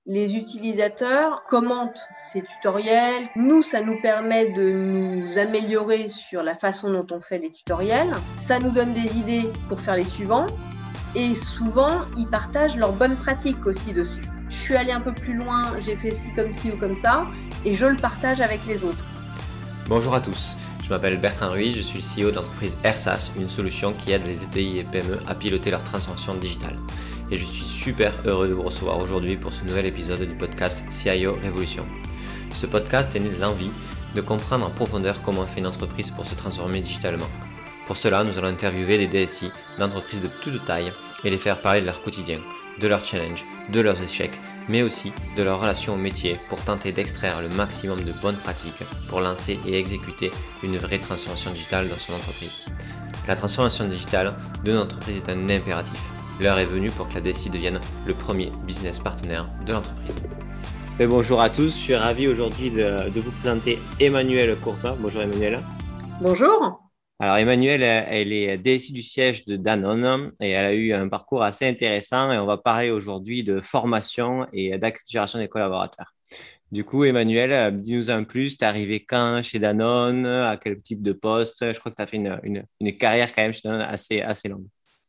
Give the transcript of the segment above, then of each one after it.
Les utilisateurs commentent ces tutoriels. Nous, ça nous permet de nous améliorer sur la façon dont on fait les tutoriels. Ça nous donne des idées pour faire les suivants. Et souvent, ils partagent leurs bonnes pratiques aussi dessus. Je suis allée un peu plus loin, j'ai fait ci ou comme ça, et je le partage avec les autres. Bonjour à tous, je m'appelle Bertrand Ruiz, je suis le CEO de l'entreprise AirSaaS, une solution qui aide les ETI et PME à piloter leur transformation digitale. Et je suis super heureux de vous recevoir aujourd'hui pour ce nouvel épisode du podcast CIO Révolution. Ce podcast est né de l'envie de comprendre en profondeur comment fait une entreprise pour se transformer digitalement. Pour cela, nous allons interviewer des DSI d'entreprises de toute taille et les faire parler de leur quotidien, de leurs challenges, de leurs échecs, mais aussi de leur relation au métier pour tenter d'extraire le maximum de bonnes pratiques pour lancer et exécuter une vraie transformation digitale dans son entreprise. La transformation digitale de notre entreprise est un impératif. L'heure est venue pour que la DSI devienne le premier business partenaire de l'entreprise. Et bonjour à tous, je suis ravi aujourd'hui de vous présenter Emmanuelle Courtois. Bonjour Emmanuelle. Bonjour. Alors Emmanuelle, elle est DSI du siège de Danone et elle a eu un parcours assez intéressant et on va parler aujourd'hui de formation et d'acculturation des collaborateurs. Du coup, Emmanuelle, dis-nous un plus, tu es arrivé quand chez Danone, à quel type de poste? Je crois que tu as fait une carrière quand même chez Danone assez longue.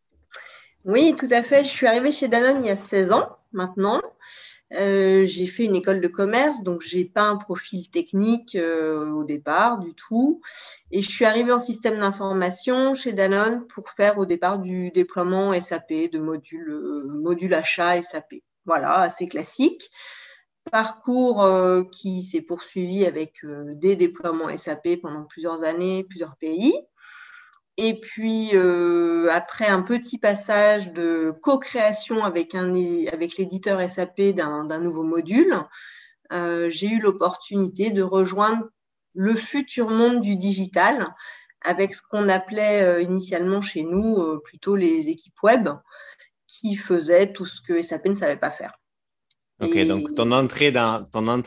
Oui, tout à fait. Je suis arrivée chez Danone il y a 16 ans maintenant. J'ai fait une école de commerce, donc je n'ai pas un profil technique au départ du tout. Et je suis arrivée en système d'information chez Danone pour faire au départ du déploiement SAP, de module achat SAP. Voilà, assez classique. Parcours qui s'est poursuivi avec des déploiements SAP pendant plusieurs années, plusieurs pays. Et puis, après un petit passage de co-création avec l'éditeur SAP d'un nouveau module, j'ai eu l'opportunité de rejoindre le futur monde du digital avec ce qu'on appelait initialement chez nous plutôt les équipes web qui faisaient tout ce que SAP ne savait pas faire. Ok, donc ton entrée dans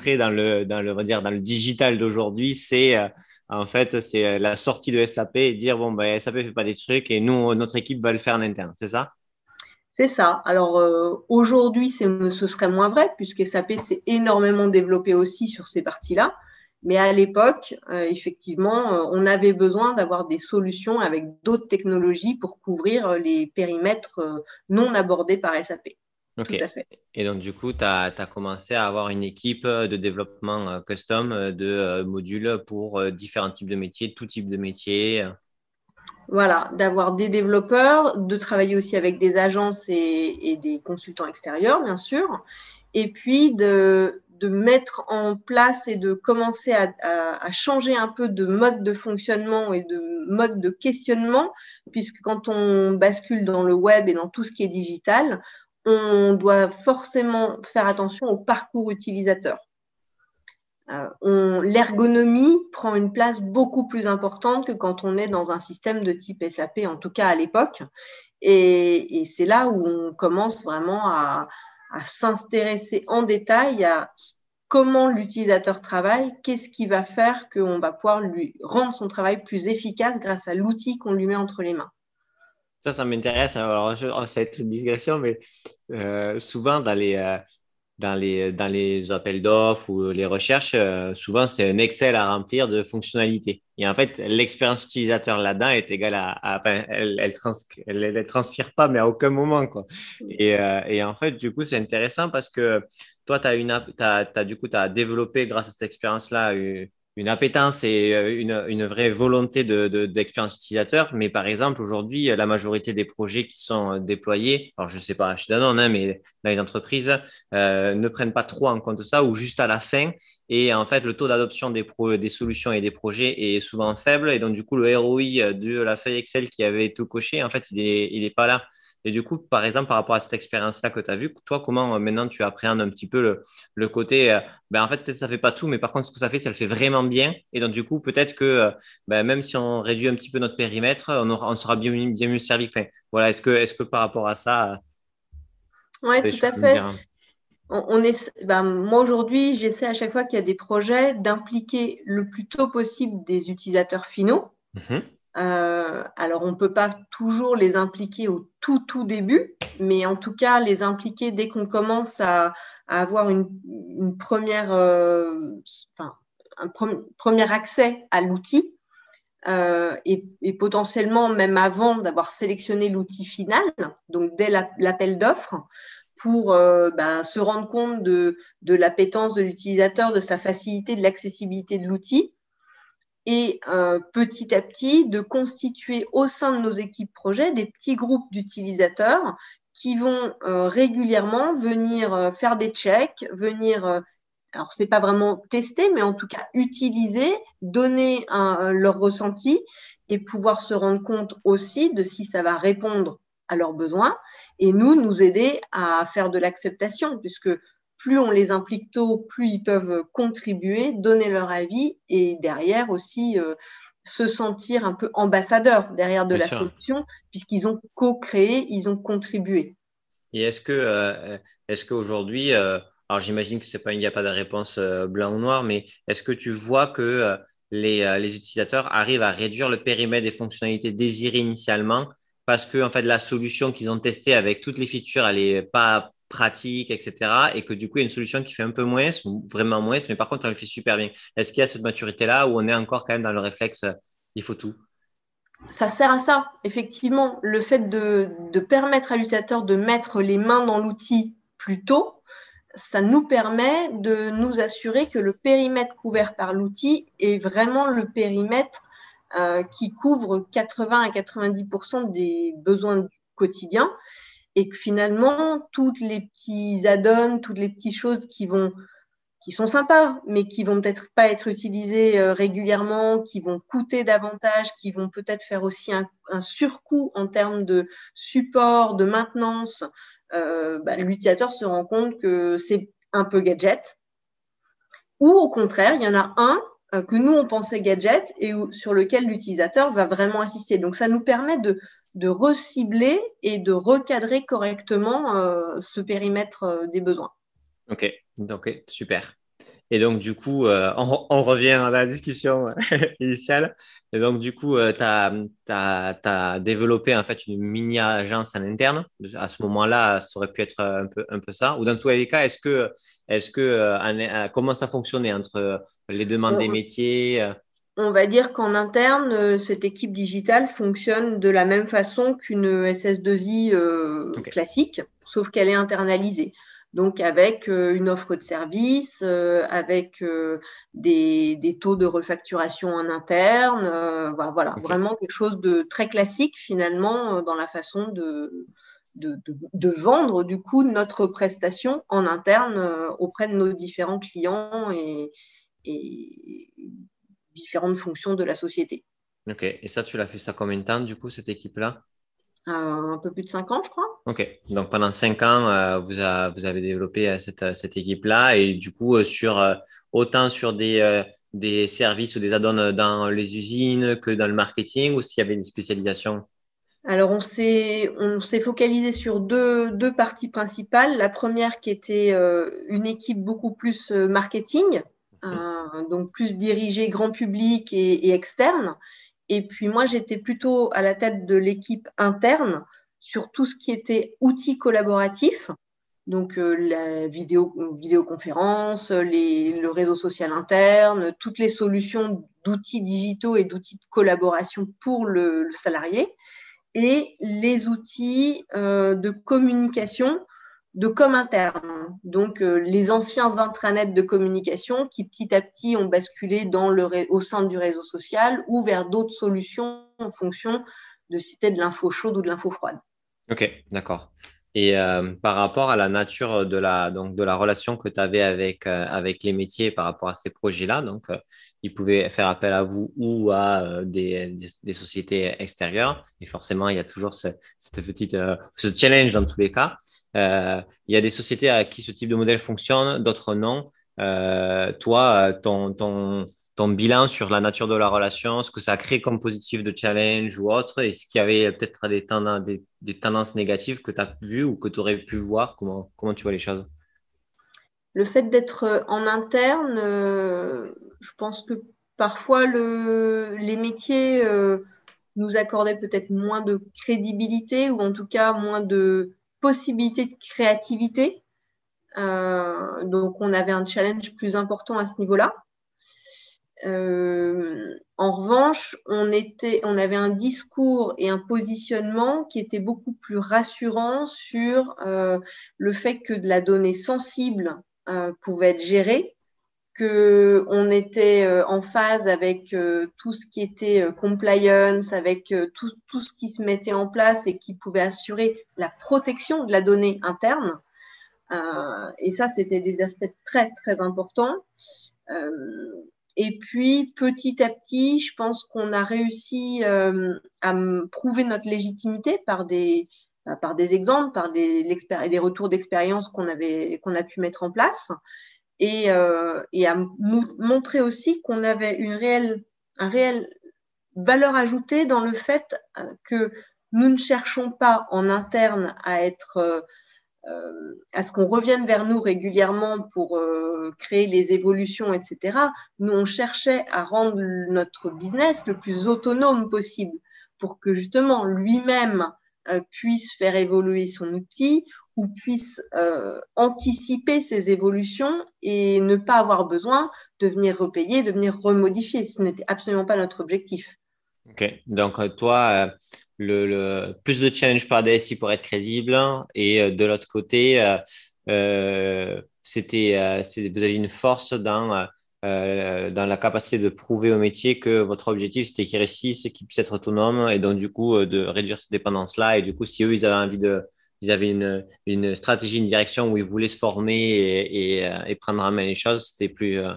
on va dire, dans le digital d'aujourd'hui, c'est en fait c'est la sortie de SAP et dire bon ben SAP fait pas des trucs et nous notre équipe va le faire en interne, c'est ça? C'est ça. Alors aujourd'hui, ce serait moins vrai puisque SAP s'est énormément développé aussi sur ces parties-là. Mais à l'époque, effectivement, on avait besoin d'avoir des solutions avec d'autres technologies pour couvrir les périmètres non abordés par SAP. Ok. Tout à fait. Et donc, du coup, tu as commencé à avoir une équipe de développement custom de modules pour différents types de métiers, tout type de métier. Voilà, d'avoir des développeurs, de travailler aussi avec des agences et des consultants extérieurs, bien sûr, et puis de mettre en place et de commencer à changer un peu de mode de fonctionnement et de mode de questionnement, puisque quand on bascule dans le web et dans tout ce qui est digital, on doit forcément faire attention au parcours utilisateur. L'ergonomie prend une place beaucoup plus importante que quand on est dans un système de type SAP, en tout cas à l'époque. Et c'est là où on commence vraiment à s'intéresser en détail à comment l'utilisateur travaille, qu'est-ce qui va faire qu'on va pouvoir lui rendre son travail plus efficace grâce à l'outil qu'on lui met entre les mains. Ça m'intéresse. Alors, ça va être une digression, mais souvent dans les appels d'offres ou les recherches, souvent c'est un Excel à remplir de fonctionnalités. Et en fait, l'expérience utilisateur là-dedans est égale enfin, elle transpire pas, mais à aucun moment, quoi. Et en fait, du coup, c'est intéressant parce que toi, du coup, tu as développé grâce à cette expérience-là une appétence et une vraie volonté d'expérience utilisateur. Mais par exemple, aujourd'hui, la majorité des projets qui sont déployés, alors je ne sais pas chez Danone, hein, mais dans les entreprises, ne prennent pas trop en compte ça ou juste à la fin. Et en fait, le taux d'adoption des solutions et des projets est souvent faible. Et donc, du coup, le ROI de la feuille Excel qui avait tout coché, en fait, il est pas là. Et du coup, par exemple, par rapport à cette expérience-là que tu as vue, toi, comment maintenant tu appréhendes un petit peu le côté, ben, en fait, peut-être ça ne fait pas tout, mais par contre, ce que ça le fait vraiment bien. Et donc, du coup, peut-être que ben, même si on réduit un petit peu notre périmètre, on sera bien mieux servi. Enfin, voilà, est-ce que par rapport à ça, Oui, des tout à choses à me fait. dire? Moi, aujourd'hui, j'essaie à chaque fois qu'il y a des projets d'impliquer le plus tôt possible des utilisateurs finaux. Alors, on ne peut pas toujours les impliquer au tout début, mais en tout cas, les impliquer dès qu'on commence à à avoir une première, un premier accès à l'outil. Et potentiellement même avant d'avoir sélectionné l'outil final, donc dès l'appel d'offres, pour se rendre compte de l'appétence de l'utilisateur, de sa facilité, de l'accessibilité de l'outil, et petit à petit de constituer au sein de nos équipes projets des petits groupes d'utilisateurs qui vont régulièrement venir faire des checks, venir alors, ce n'est pas vraiment tester, mais en tout cas utiliser, donner leur ressenti et pouvoir se rendre compte aussi de si ça va répondre à leurs besoins et nous aider à faire de l'acceptation, puisque plus on les implique tôt, plus ils peuvent contribuer, donner leur avis et derrière aussi se sentir un peu ambassadeurs derrière de Bien la sûr. solution, puisqu'ils ont co-créé, ils ont contribué. Et est-ce qu'aujourd'hui, alors j'imagine que c'est pas, il n'y a pas de réponse blanc ou noir, mais est-ce que tu vois que les utilisateurs arrivent à réduire le périmètre des fonctionnalités désirées initialement parce que en fait la solution qu'ils ont testée avec toutes les features, elle est pas pratique, etc. Et que du coup, il y a une solution qui fait un peu moins, ou vraiment moins, mais par contre, on le fait super bien. Est-ce qu'il y a cette maturité-là où on est encore quand même dans le réflexe, il faut tout? Ça sert à ça, effectivement. Le fait de permettre à l'utilisateur de mettre les mains dans l'outil plus tôt, ça nous permet de nous assurer que le périmètre couvert par l'outil est vraiment le périmètre qui couvre 80 à 90% des besoins du quotidien et que finalement, toutes les petits add-ons, toutes les petites choses qui sont sympas, mais qui vont peut-être pas être utilisés régulièrement, qui vont coûter davantage, qui vont peut-être faire aussi un surcoût en termes de support, de maintenance. L'utilisateur se rend compte que c'est un peu gadget. Ou au contraire, il y en a un que nous, on pensait gadget et sur lequel l'utilisateur va vraiment assister. Donc, ça nous permet de recibler et de recadrer correctement ce périmètre des besoins. Ok, ok, super. Et donc, du coup, on revient à la discussion initiale. Et donc, du coup, tu as développé en fait une mini-agence en interne. À ce moment-là, ça aurait pu être un peu ça. Ou dans tous les cas, comment ça fonctionnait entre les demandes des On, métiers? on va dire qu'en interne, cette équipe digitale fonctionne de la même façon qu'une SS2I Ok, classique, sauf qu'elle est internalisée. Donc avec une offre de service, avec des taux de refacturation en interne, voilà, ok, vraiment quelque chose de très classique finalement dans la façon de vendre du coup notre prestation en interne auprès de nos différents clients et différentes fonctions de la société. ok. Et ça, tu l'as fait ça combien de temps, du coup, cette équipe-là? Un peu plus de 5 ans, je crois. Ok, donc pendant 5 ans, vous avez développé cette équipe-là et du coup, autant sur des services ou des add-ons dans les usines que dans le marketing ou s'il y avait une spécialisation? Alors, on s'est focalisé sur deux parties principales. La première qui était une équipe beaucoup plus marketing, donc plus dirigée grand public et externe. Et puis moi, j'étais plutôt à la tête de l'équipe interne sur tout ce qui était outils collaboratifs, donc la vidéoconférence, le réseau social interne, toutes les solutions d'outils digitaux et d'outils de collaboration pour le salarié et les outils de communication de com interne. Donc, les anciens intranets de communication qui petit à petit ont basculé au sein du réseau social ou vers d'autres solutions en fonction de si c'était de l'info chaude ou de l'info froide. Ok, d'accord. Et par rapport à la nature de la relation que tu avais avec les métiers par rapport à ces projets-là, donc ils pouvaient faire appel à vous ou à des sociétés extérieures. Et forcément, il y a toujours ce challenge dans tous les cas. Il y a des sociétés à qui ce type de modèle fonctionne, d'autres non. Toi, ton bilan sur la nature de la relation, ce que ça crée comme positif de challenge ou autre, et ce qu'il y avait peut-être des tendances négatives que tu as vues ou que tu aurais pu voir, comment tu vois les choses? Le fait d'être en interne, je pense que parfois les métiers nous accordaient peut-être moins de crédibilité ou en tout cas moins de possibilités de créativité. Donc, on avait un challenge plus important à ce niveau-là. En revanche, on avait un discours et un positionnement qui était beaucoup plus rassurant sur le fait que de la donnée sensible pouvait être gérée, qu'on était en phase avec tout ce qui était compliance, avec tout ce qui se mettait en place et qui pouvait assurer la protection de la donnée interne. Et ça, c'était des aspects très, très importants. Et puis, petit à petit, je pense qu'on a réussi à prouver notre légitimité par des exemples, par des retours d'expérience qu'on a pu mettre en place et à montrer aussi qu'on avait une réelle valeur ajoutée dans le fait que nous ne cherchons pas en interne à ce qu'on revienne vers nous régulièrement pour créer les évolutions, etc. Nous, on cherchait à rendre notre business le plus autonome possible pour que justement lui-même puisse faire évoluer son outil ou puisse anticiper ces évolutions et ne pas avoir besoin de venir repayer, de venir remodifier. Ce n'était absolument pas notre objectif. Ok, donc toi, plus de challenge par DSI pour être crédible et de l'autre côté, vous avez une force dans la capacité de prouver au métier que votre objectif c'était qu'ils réussissent, qu'ils puissent être autonomes et donc du coup de réduire cette dépendance-là et du coup si eux ils avaient envie ils avaient une stratégie, une direction où ils voulaient se former et prendre en main les choses, c'était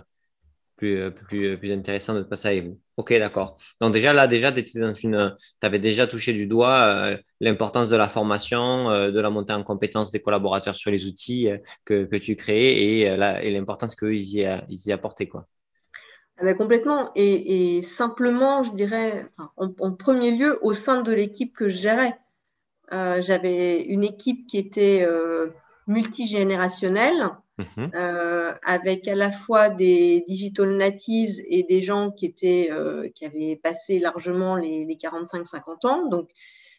plus intéressant de passer avec vous. Ok, d'accord. Donc déjà, tu avais déjà touché du doigt l'importance de la formation, de la montée en compétence des collaborateurs sur les outils que tu crées et l'importance qu'eux, ils y apportaient, quoi. Ah ben complètement. Et simplement, je dirais, en premier lieu, au sein de l'équipe que je gérais. J'avais une équipe qui était multigénérationnelle, Mhm. avec à la fois des digital natives et des gens qui avaient passé largement les 45-50 ans. Donc,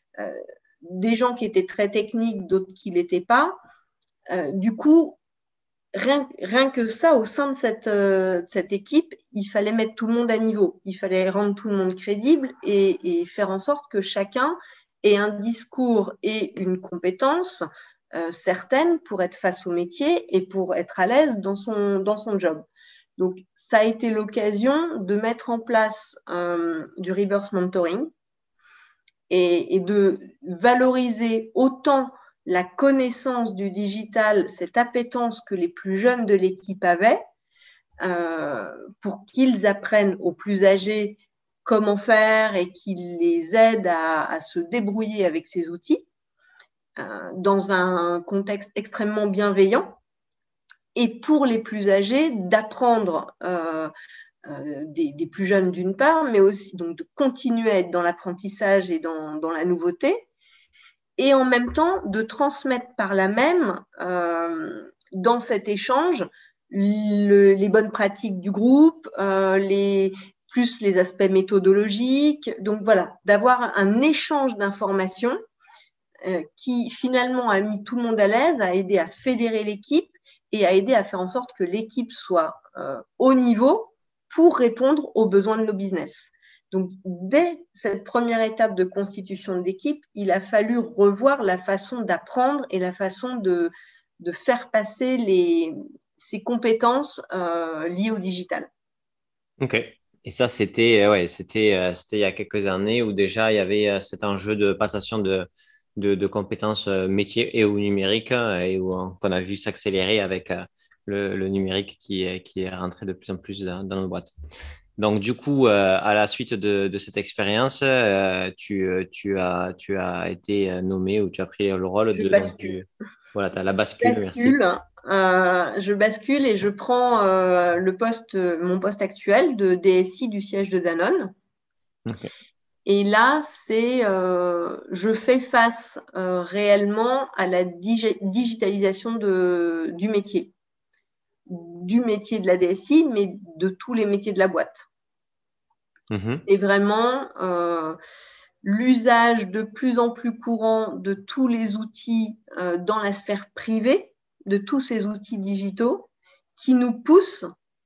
des gens qui étaient très techniques, d'autres qui ne l'étaient pas. Du coup, rien que ça, au sein de cette équipe, il fallait mettre tout le monde à niveau. Il fallait rendre tout le monde crédible et faire en sorte que chacun ait un discours et une compétence certaine pour être face au métier et pour être à l'aise dans son job. Donc, ça a été l'occasion de mettre en place du reverse mentoring et de valoriser autant la connaissance du digital, cette appétence que les plus jeunes de l'équipe avaient, pour qu'ils apprennent aux plus âgés comment faire et qu'ils les aident à se débrouiller avec ces outils dans un contexte extrêmement bienveillant. Et pour les plus âgés, d'apprendre des plus jeunes d'une part, mais aussi donc de continuer à être dans l'apprentissage et dans la nouveauté, et en même temps de transmettre par là même, dans cet échange, les bonnes pratiques du groupe, plus les aspects méthodologiques. Donc voilà, d'avoir un échange d'informations qui finalement a mis tout le monde à l'aise, a aidé à fédérer l'équipe et a aidé à faire en sorte que l'équipe soit au niveau pour répondre aux besoins de nos business. Donc, dès cette première étape de constitution de l'équipe, il a fallu revoir la façon d'apprendre et la façon de faire passer ces compétences liées au digital. Ok. Et ça, c'était il y a quelques années où déjà il y avait cet enjeu de passation de compétences métiers et au numérique et où qu'on a vu s'accélérer avec le numérique qui est rentré de plus en plus dans nos boîtes. Donc, du coup, à la suite de cette expérience, tu as été nommé ou tu as pris le rôle Je de. Donc, bascule. voilà, tu as la bascule, merci. Je bascule et je prends mon poste actuel de DSI du siège de Danone. Ok. Et là, je fais face réellement à la digitalisation du métier de la DSI, mais de tous les métiers de la boîte. Mhm. Et vraiment, l'usage de plus en plus courant de tous les outils dans la sphère privée de tous ces outils digitaux qui nous poussent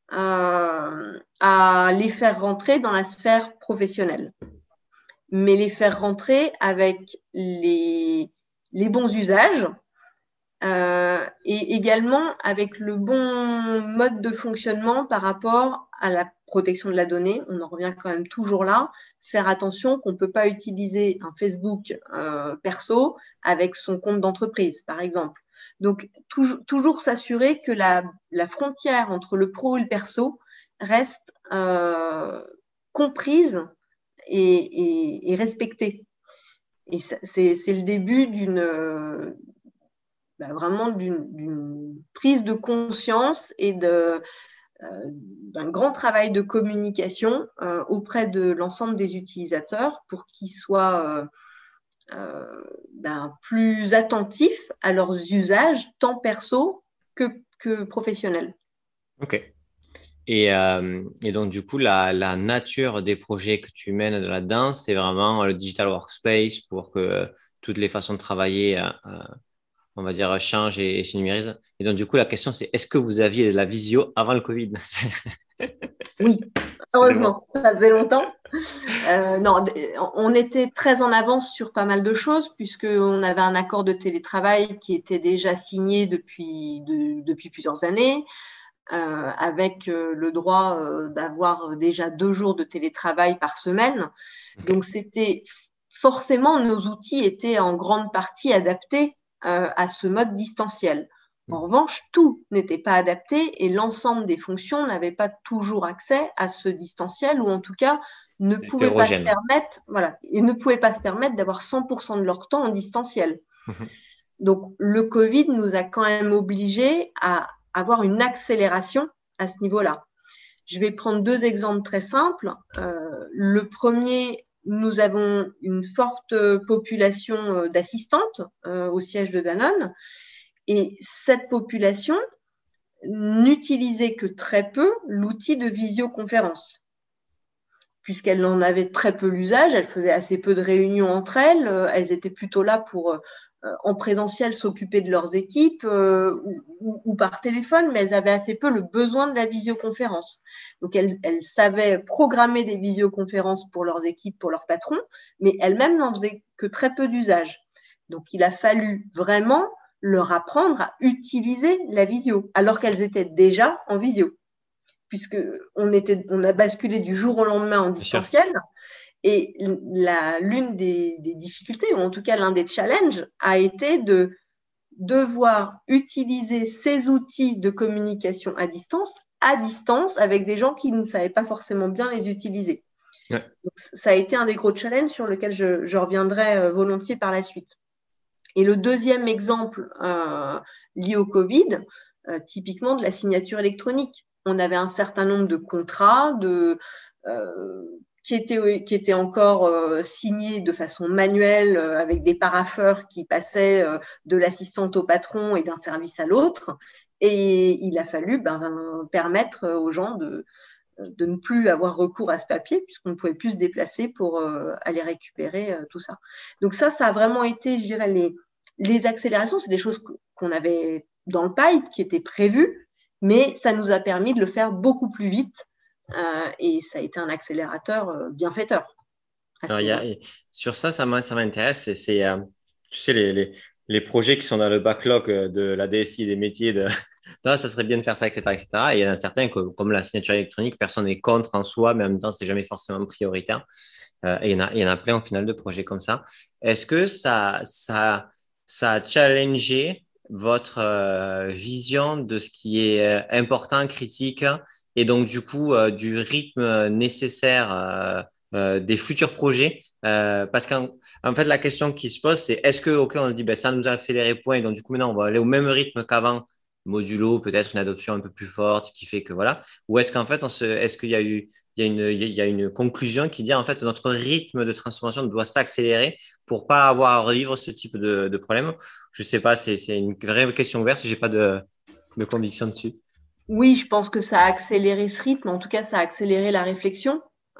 à les faire rentrer dans la sphère professionnelle, mais les faire rentrer avec les bons usages et également avec le bon mode de fonctionnement par rapport à la protection de la donnée. On en revient quand même toujours là. Faire attention qu'on ne peut pas utiliser un Facebook perso avec son compte d'entreprise, par exemple. Donc, toujours s'assurer que la frontière entre le pro et le perso reste comprise et respectée. Et c'est le début vraiment d'une prise de conscience et d'un grand travail de communication auprès de l'ensemble des utilisateurs pour qu'ils soient plus attentifs à leurs usages, tant perso que professionnels. Ok. Et donc, du coup, la nature des projets que tu mènes là-dedans, c'est vraiment le digital workspace pour que toutes les façons de travailler on va dire, change et se numérise. Et donc, du coup, la question, c'est est-ce que vous aviez de la visio avant le Covid? Oui, heureusement, ça faisait longtemps. Non, on était très en avance sur pas mal de choses puisqu'on avait un accord de télétravail qui était déjà signé depuis plusieurs années, avec le droit d'avoir déjà 2 jours de télétravail par semaine. Okay. Donc, forcément, nos outils étaient en grande partie adaptés à ce mode distanciel. En revanche, tout n'était pas adapté et l'ensemble des fonctions n'avaient pas toujours accès à ce distanciel ou en tout cas ne pouvaient pas se permettre d'avoir 100% de leur temps en distanciel. Donc, le Covid nous a quand même obligés à avoir une accélération à ce niveau-là. Je vais prendre 2 exemples très simples. Le premier, nous avons une forte population d'assistantes au siège de Danone. Et cette population n'utilisait que très peu l'outil de visioconférence, puisqu'elle en avait très peu l'usage, elle faisait assez peu de réunions entre elles, elles étaient plutôt là pour, en présentiel, s'occuper de leurs équipes ou par téléphone, mais elles avaient assez peu le besoin de la visioconférence. Donc, elles savaient programmer des visioconférences pour leurs équipes, pour leurs patrons, mais elles-mêmes n'en faisaient que très peu d'usage. Donc, il a fallu vraiment leur apprendre à utiliser la visio, alors qu'elles étaient déjà en visio, puisqu'on a basculé du jour au lendemain en distanciel. Et l'une des difficultés, ou en tout cas l'un des challenges, a été de devoir utiliser ces outils de communication à distance avec des gens qui ne savaient pas forcément bien les utiliser. Ouais. Donc, ça a été un des gros challenges sur lequel je reviendrai volontiers par la suite. Et le deuxième exemple lié au Covid, typiquement de la signature électronique. On avait un certain nombre de contrats qui étaient encore signés de façon manuelle avec des parapheurs qui passaient de l'assistante au patron et d'un service à l'autre. Et il a fallu permettre aux gens de ne plus avoir recours à ce papier puisqu'on ne pouvait plus se déplacer pour aller récupérer tout ça. Donc ça a vraiment été, je dirais, les accélérations, c'est des choses qu'on avait dans le pipe, qui étaient prévues, mais ça nous a permis de le faire beaucoup plus vite et ça a été un accélérateur bienfaiteur. Alors, sur ça m'intéresse. C'est tu sais, les projets qui sont dans le backlog de la DSI et des métiers là, ça serait bien de faire ça, etc., etc. Et il y en a certains, comme la signature électronique, personne n'est contre en soi, mais en même temps, c'est jamais forcément prioritaire. Et il y en a plein au final de projets comme ça. Est-ce que ça a challengé votre vision de ce qui est important, critique, et donc du coup du rythme nécessaire des futurs projets? Parce qu'en fait, la question qui se pose, c'est est-ce que, OK, on se dit, ça nous a accéléré point, et donc du coup, maintenant, on va aller au même rythme qu'avant, modulo, peut-être une adoption un peu plus forte qui fait que voilà, ou est-ce qu'en fait, est-ce qu'il y a eu il y a une conclusion qui dit en fait notre rythme de transformation doit s'accélérer pour pas avoir à revivre ce type de problème. Je sais pas, c'est une vraie question ouverte, j'ai pas de conviction dessus. Oui, je pense que ça a accéléré ce rythme, en tout cas ça a accéléré la réflexion.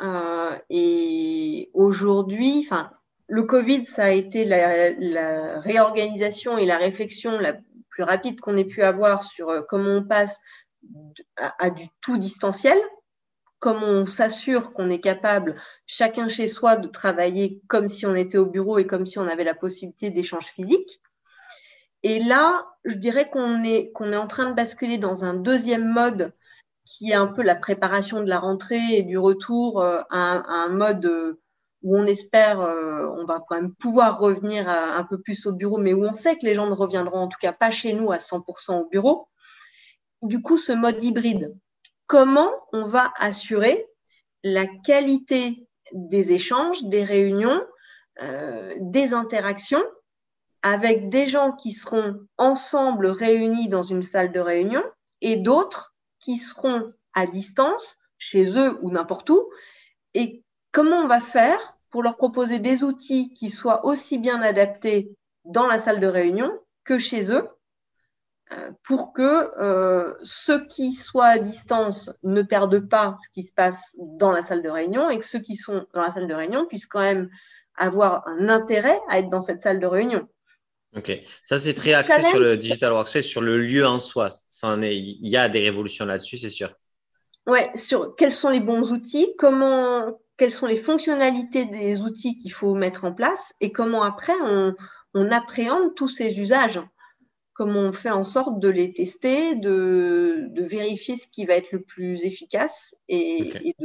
Et aujourd'hui, le Covid, ça a été la réorganisation et la réflexion la plus rapide qu'on ait pu avoir sur comment on passe à du tout distanciel, comment on s'assure qu'on est capable, chacun chez soi, de travailler comme si on était au bureau et comme si on avait la possibilité d'échanges physiques. Et là, je dirais qu'on est en train de basculer dans un deuxième mode qui est un peu la préparation de la rentrée et du retour à un mode où on espère, on va quand même pouvoir revenir un peu plus au bureau, mais où on sait que les gens ne reviendront en tout cas pas chez nous à 100% au bureau. Du coup, ce mode hybride, comment on va assurer la qualité des échanges, des réunions, des interactions avec des gens qui seront ensemble réunis dans une salle de réunion et d'autres qui seront à distance, chez eux ou n'importe où. Et comment on va faire pour leur proposer des outils qui soient aussi bien adaptés dans la salle de réunion que chez eux, pour que ceux qui soient à distance ne perdent pas ce qui se passe dans la salle de réunion et que ceux qui sont dans la salle de réunion puissent quand même avoir un intérêt à être dans cette salle de réunion. Ok, ça c'est très axé sur le digital workspace, sur le lieu en soi. Il y a des révolutions là-dessus, c'est sûr. Ouais, sur quels sont les bons outils, quelles sont les fonctionnalités des outils qu'il faut mettre en place et comment après on appréhende tous ces usages. Comment on fait en sorte de les tester, de vérifier ce qui va être le plus efficace et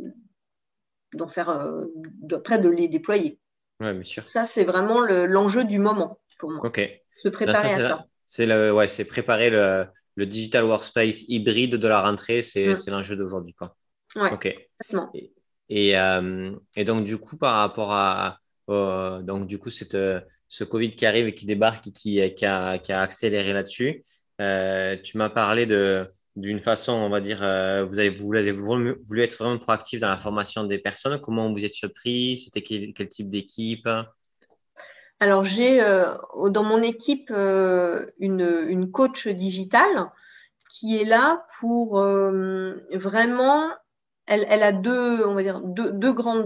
d'en faire, après de les déployer. Oui, bien sûr. Ça, c'est vraiment l'enjeu du moment pour moi. Ok. Se préparer à ça. C'est préparer le digital workspace hybride de la rentrée, c'est l'enjeu d'aujourd'hui, quoi. Ouais, ok. exactement. Et donc, du coup, par rapport à donc, du coup, ce Covid qui arrive et qui débarque et qui a accéléré là-dessus, tu m'as parlé d'une façon, on va dire, vous avez voulu être vraiment proactif dans la formation des personnes. Comment vous êtes surpris? C'était quel type d'équipe? Alors, j'ai dans mon équipe une coach digitale qui est là pour vraiment, elle a on va dire deux grands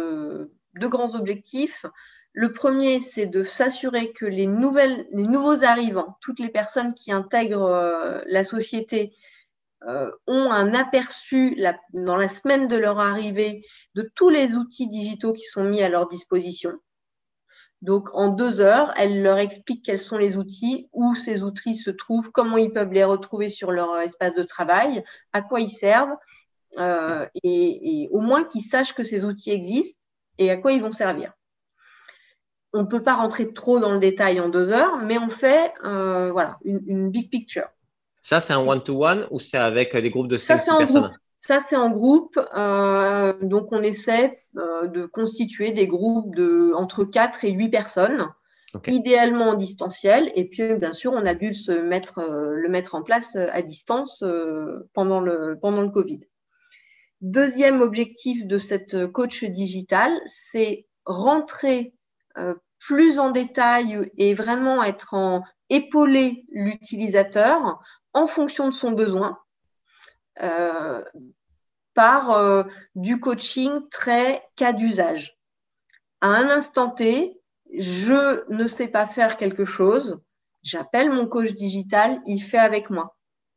objectifs. Le premier, c'est de s'assurer que les nouveaux arrivants, toutes les personnes qui intègrent la société, ont un aperçu dans la semaine de leur arrivée de tous les outils digitaux qui sont mis à leur disposition. Donc, en 2 heures, elle leur explique quels sont les outils, où ces outils se trouvent, comment ils peuvent les retrouver sur leur espace de travail, à quoi ils servent, et au moins qu'ils sachent que ces outils existent et à quoi ils vont servir. On ne peut pas rentrer trop dans le détail en 2 heures, mais on fait voilà, une big picture. Ça, c'est un one-to-one ou c'est avec des groupes de 5-6 personnes? Ça, c'est en groupe. Donc, on essaie de constituer des groupes entre 4 et 8 personnes, idéalement en distanciel. Et puis, bien sûr, on a dû le mettre en place à distance pendant le Covid. Deuxième objectif de cette coach digitale, c'est rentrer plus en détail et vraiment épauler l'utilisateur en fonction de son besoin. Par du coaching très cas d'usage. À un instant T, je ne sais pas faire quelque chose, j'appelle mon coach digital, il fait avec moi.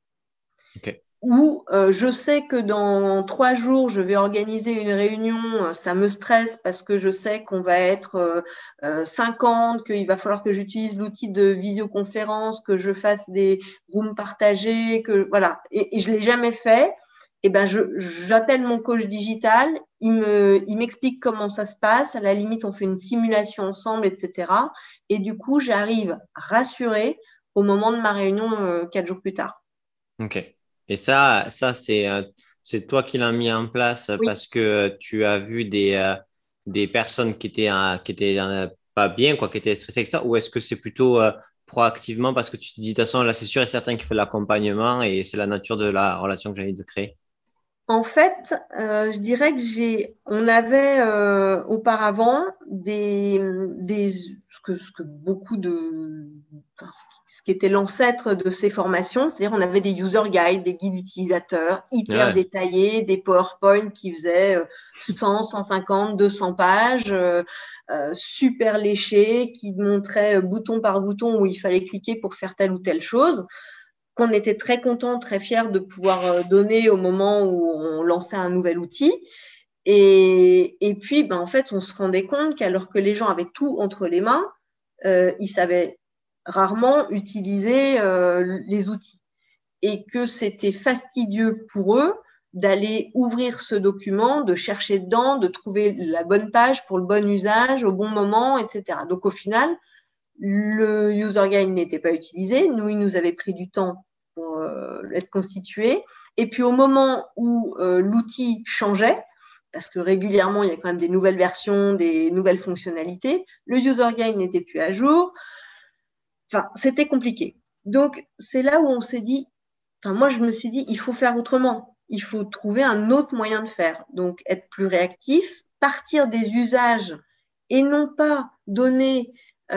Ou je sais que dans 3 jours, je vais organiser une réunion, ça me stresse parce que je sais qu'on va être 50, qu'il va falloir que j'utilise l'outil de visioconférence, que je fasse des rooms partagés, voilà. Et je ne l'ai jamais fait. Et ben j'appelle mon coach digital, il m'explique comment ça se passe. À la limite, on fait une simulation ensemble, etc. Et du coup, j'arrive rassurée au moment de ma réunion 4 jours plus tard. Ok. Et ça c'est toi qui l'as mis en place parce que tu as vu des personnes qui étaient pas bien, quoi, qui étaient stressées avec ça, ou est-ce que c'est plutôt proactivement parce que tu te dis, de toute façon, là, c'est sûr et certain qu'il faut de l'accompagnement et c'est la nature de la relation que j'ai envie de créer? En fait, je dirais on avait auparavant ce que beaucoup enfin, ce qui était l'ancêtre de ces formations, c'est-à-dire on avait des user guides, des guides utilisateurs hyper Ouais. détaillés, des PowerPoint qui faisaient 100, 150, 200 pages, super léchés, qui montraient bouton par bouton où il fallait cliquer pour faire telle ou telle chose, qu'on était très content, très fiers de pouvoir donner au moment où on lançait un nouvel outil. Et puis, ben, en fait, on se rendait compte qu'alors que les gens avaient tout entre les mains, ils savaient rarement utiliser les outils. Et que c'était fastidieux pour eux d'aller ouvrir ce document, de chercher dedans, de trouver la bonne page pour le bon usage au bon moment, etc. Donc, au final, le user guide n'était pas utilisé. Nous, il nous avait pris du temps pour être constitué. Et puis, au moment où l'outil changeait, parce que régulièrement, il y a quand même des nouvelles versions, des nouvelles fonctionnalités, le user guide n'était plus à jour. Enfin, c'était compliqué. Donc, c'est là où on s'est dit, enfin, moi, je me suis dit, il faut faire autrement. Il faut trouver un autre moyen de faire. Donc, être plus réactif, partir des usages et non pas donner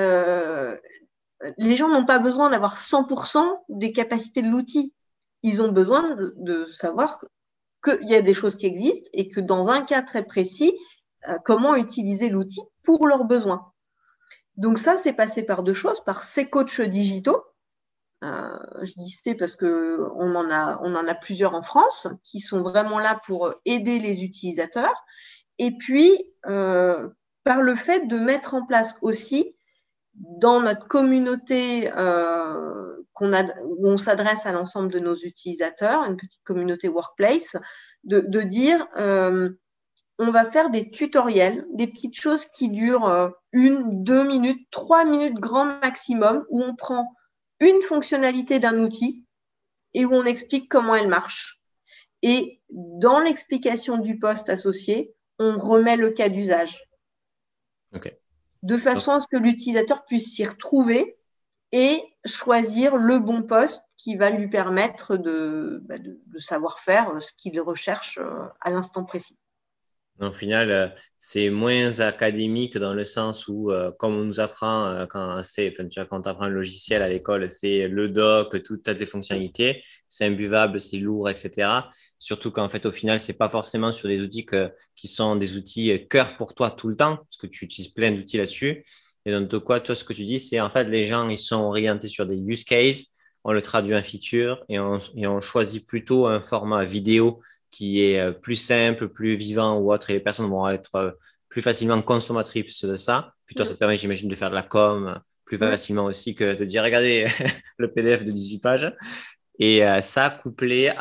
les gens n'ont pas besoin d'avoir 100% des capacités de l'outil. Ils ont besoin de savoir qu'il y a des choses qui existent et que dans un cas très précis, comment utiliser l'outil pour leurs besoins. Donc ça, c'est passé par deux choses, par ces coachs digitaux. Je dis c'est parce qu'on en a plusieurs en France qui sont vraiment là pour aider les utilisateurs. Et puis, par le fait de mettre en place aussi dans notre communauté où on s'adresse à l'ensemble de nos utilisateurs, une petite communauté workplace, de dire on va faire des tutoriels, des petites choses qui durent 1, 2 minutes, 3 minutes grand maximum, où on prend une fonctionnalité d'un outil et où on explique comment elle marche. Et dans l'explication du poste associé, on remet le cas d'usage. Ok. De façon à ce que l'utilisateur puisse s'y retrouver et choisir le bon poste qui va lui permettre de savoir faire ce qu'il recherche à l'instant précis. Au final, c'est moins académique dans le sens où, comme on nous apprend enfin, tu vois, quand tu apprends le logiciel à l'école, c'est le doc, toutes les fonctionnalités, c'est imbuvable, c'est lourd, etc. Surtout qu'en fait, au final, c'est pas forcément sur des outils qui sont des outils cœur pour toi tout le temps, parce que tu utilises plein d'outils là-dessus. Et donc, de quoi, toi, ce que tu dis, c'est en fait, les gens, ils sont orientés sur des use cases, on le traduit en feature et on choisit plutôt un format vidéo qui est plus simple, plus vivant ou autre, et les personnes vont être plus facilement consommatrices de ça. Puis toi, ça te permet, j'imagine, de faire de la com plus facilement aussi que de dire, regardez le PDF de 18 pages. Et ça, couplé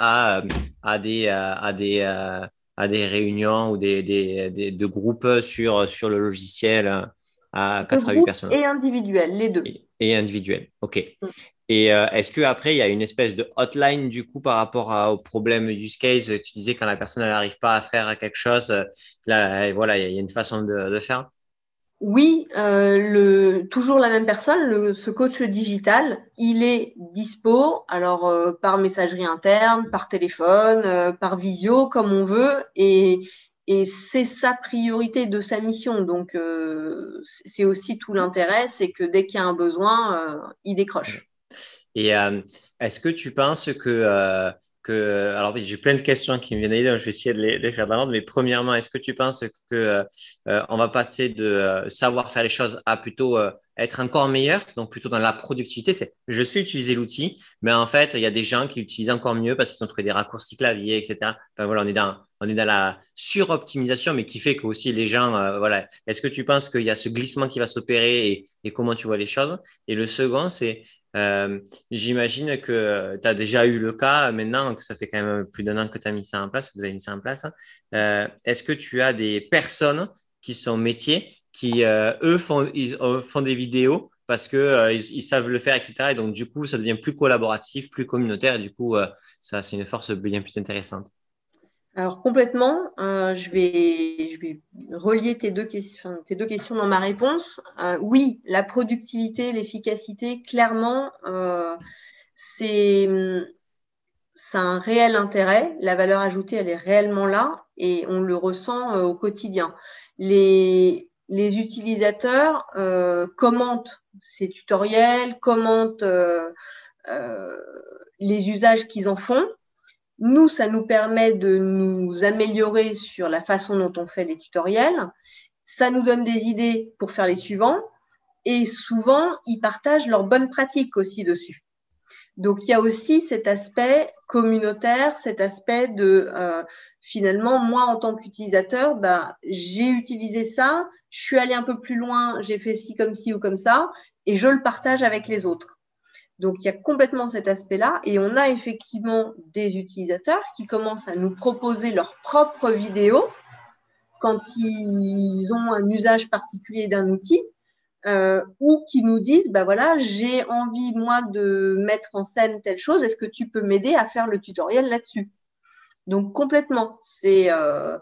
à des réunions ou de groupes sur le logiciel à De 4 à 8 groupe personnes et individuel, les deux. et individuel. OK. Et est-ce qu'après, il y a une espèce de hotline du coup par rapport au problème use case? Tu disais quand la personne n'arrive pas à faire quelque chose, là, voilà, il y a une façon de faire. Oui, toujours la même personne, ce coach digital, il est dispo, alors par messagerie interne, par téléphone, par visio, comme on veut, et c'est sa priorité de sa mission. Donc, c'est aussi tout l'intérêt, c'est que dès qu'il y a un besoin, il décroche. Et est-ce que tu penses alors oui, j'ai plein de questions qui me viennent à l'idée, donc je vais essayer de les faire dans l'ordre, mais premièrement, est-ce que tu penses que on va passer de savoir faire les choses à plutôt être encore meilleur, donc plutôt dans la productivité, c'est je sais utiliser l'outil, mais en fait, il y a des gens qui l'utilisent encore mieux parce qu'ils ont trouvé des raccourcis clavier, etc. Enfin voilà, on est dans la suroptimisation, mais qui fait que aussi les gens, voilà. Est-ce que tu penses qu'il y a ce glissement qui va s'opérer et comment tu vois les choses? Et le second, c'est j'imagine que tu as déjà eu le cas maintenant, que ça fait quand même plus d'un an que tu as mis ça en place, que vous avez mis ça en place. Est-ce que tu as des personnes qui sont métiers qui, eux, font des vidéos parce que ils savent le faire, etc. Et donc, du coup, ça devient plus collaboratif, plus communautaire. Et du coup, ça, c'est une force bien plus intéressante. Alors complètement, je vais relier tes deux questions dans ma réponse. Oui, la productivité, l'efficacité, clairement, c'est ça a un réel intérêt. La valeur ajoutée, elle est réellement là et on le ressent au quotidien. Les utilisateurs commentent ces tutoriels, commentent les usages qu'ils en font. Nous, ça nous permet de nous améliorer sur la façon dont on fait les tutoriels. Ça nous donne des idées pour faire les suivants. Et souvent, ils partagent leurs bonnes pratiques aussi dessus. Donc, il y a aussi cet aspect communautaire, cet aspect de finalement, moi, en tant qu'utilisateur, j'ai utilisé ça, je suis allée un peu plus loin, j'ai fait ci ou comme ça, et je le partage avec les autres. Donc, il y a complètement cet aspect-là. Et on a effectivement des utilisateurs qui commencent à nous proposer leurs propres vidéos quand ils ont un usage particulier d'un outil. Ou qui nous disent, voilà, j'ai envie, moi, de mettre en scène telle chose, est-ce que tu peux m'aider à faire le tutoriel là-dessus? Donc, complètement, c'est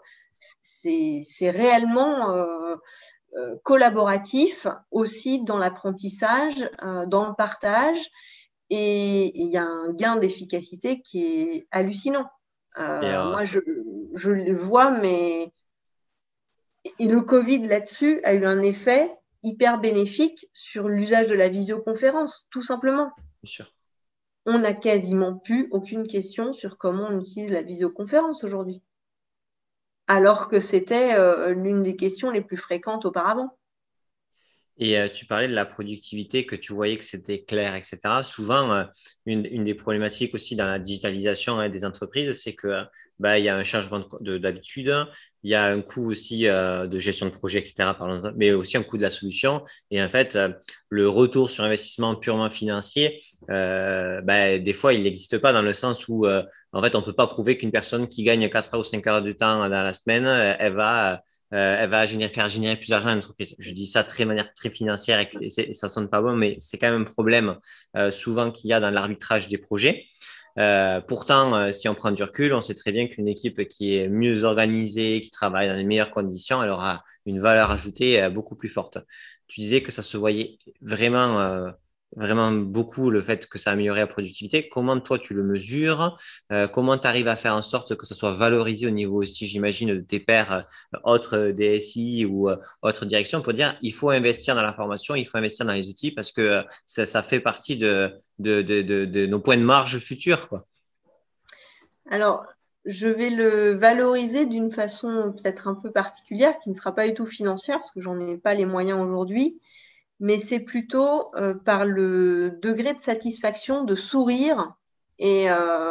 réellement collaboratif aussi dans l'apprentissage, dans le partage, et il y a un gain d'efficacité qui est hallucinant. Moi, je le vois, mais... Et le Covid là-dessus a eu un effet hyper bénéfique sur l'usage de la visioconférence, tout simplement. Bien sûr. On n'a quasiment plus aucune question sur comment on utilise la visioconférence aujourd'hui, alors que c'était l'une des questions les plus fréquentes auparavant. Et tu parlais de la productivité, que tu voyais que c'était clair, etc. Souvent, une des problématiques aussi dans la digitalisation des entreprises, c'est que il y a un changement d'habitude, il y a un coût aussi de gestion de projet, etc. Mais aussi un coût de la solution. Et en fait, le retour sur investissement purement financier, des fois, il n'existe pas dans le sens où, en fait, on ne peut pas prouver qu'une personne qui gagne 4 heures ou 5 heures du temps dans la semaine, elle va faire générer plus d'argent à l'entreprise. Je dis ça de manière très financière et ça sonne pas bon, mais c'est quand même un problème souvent qu'il y a dans l'arbitrage des projets. Pourtant, si on prend du recul, on sait très bien qu'une équipe qui est mieux organisée, qui travaille dans les meilleures conditions, elle aura une valeur ajoutée beaucoup plus forte. Tu disais que ça se voyait vraiment beaucoup le fait que ça améliorait la productivité. Comment toi tu le mesures? Comment tu arrives à faire en sorte que ça soit valorisé au niveau aussi, j'imagine, de tes pairs autres DSI ou autres directions pour dire il faut investir dans la formation, il faut investir dans les outils parce que ça fait partie de nos points de marge futurs, quoi. Alors, je vais le valoriser d'une façon peut-être un peu particulière, qui ne sera pas du tout financière, parce que j'en ai pas les moyens aujourd'hui, mais c'est plutôt par le degré de satisfaction, de sourire et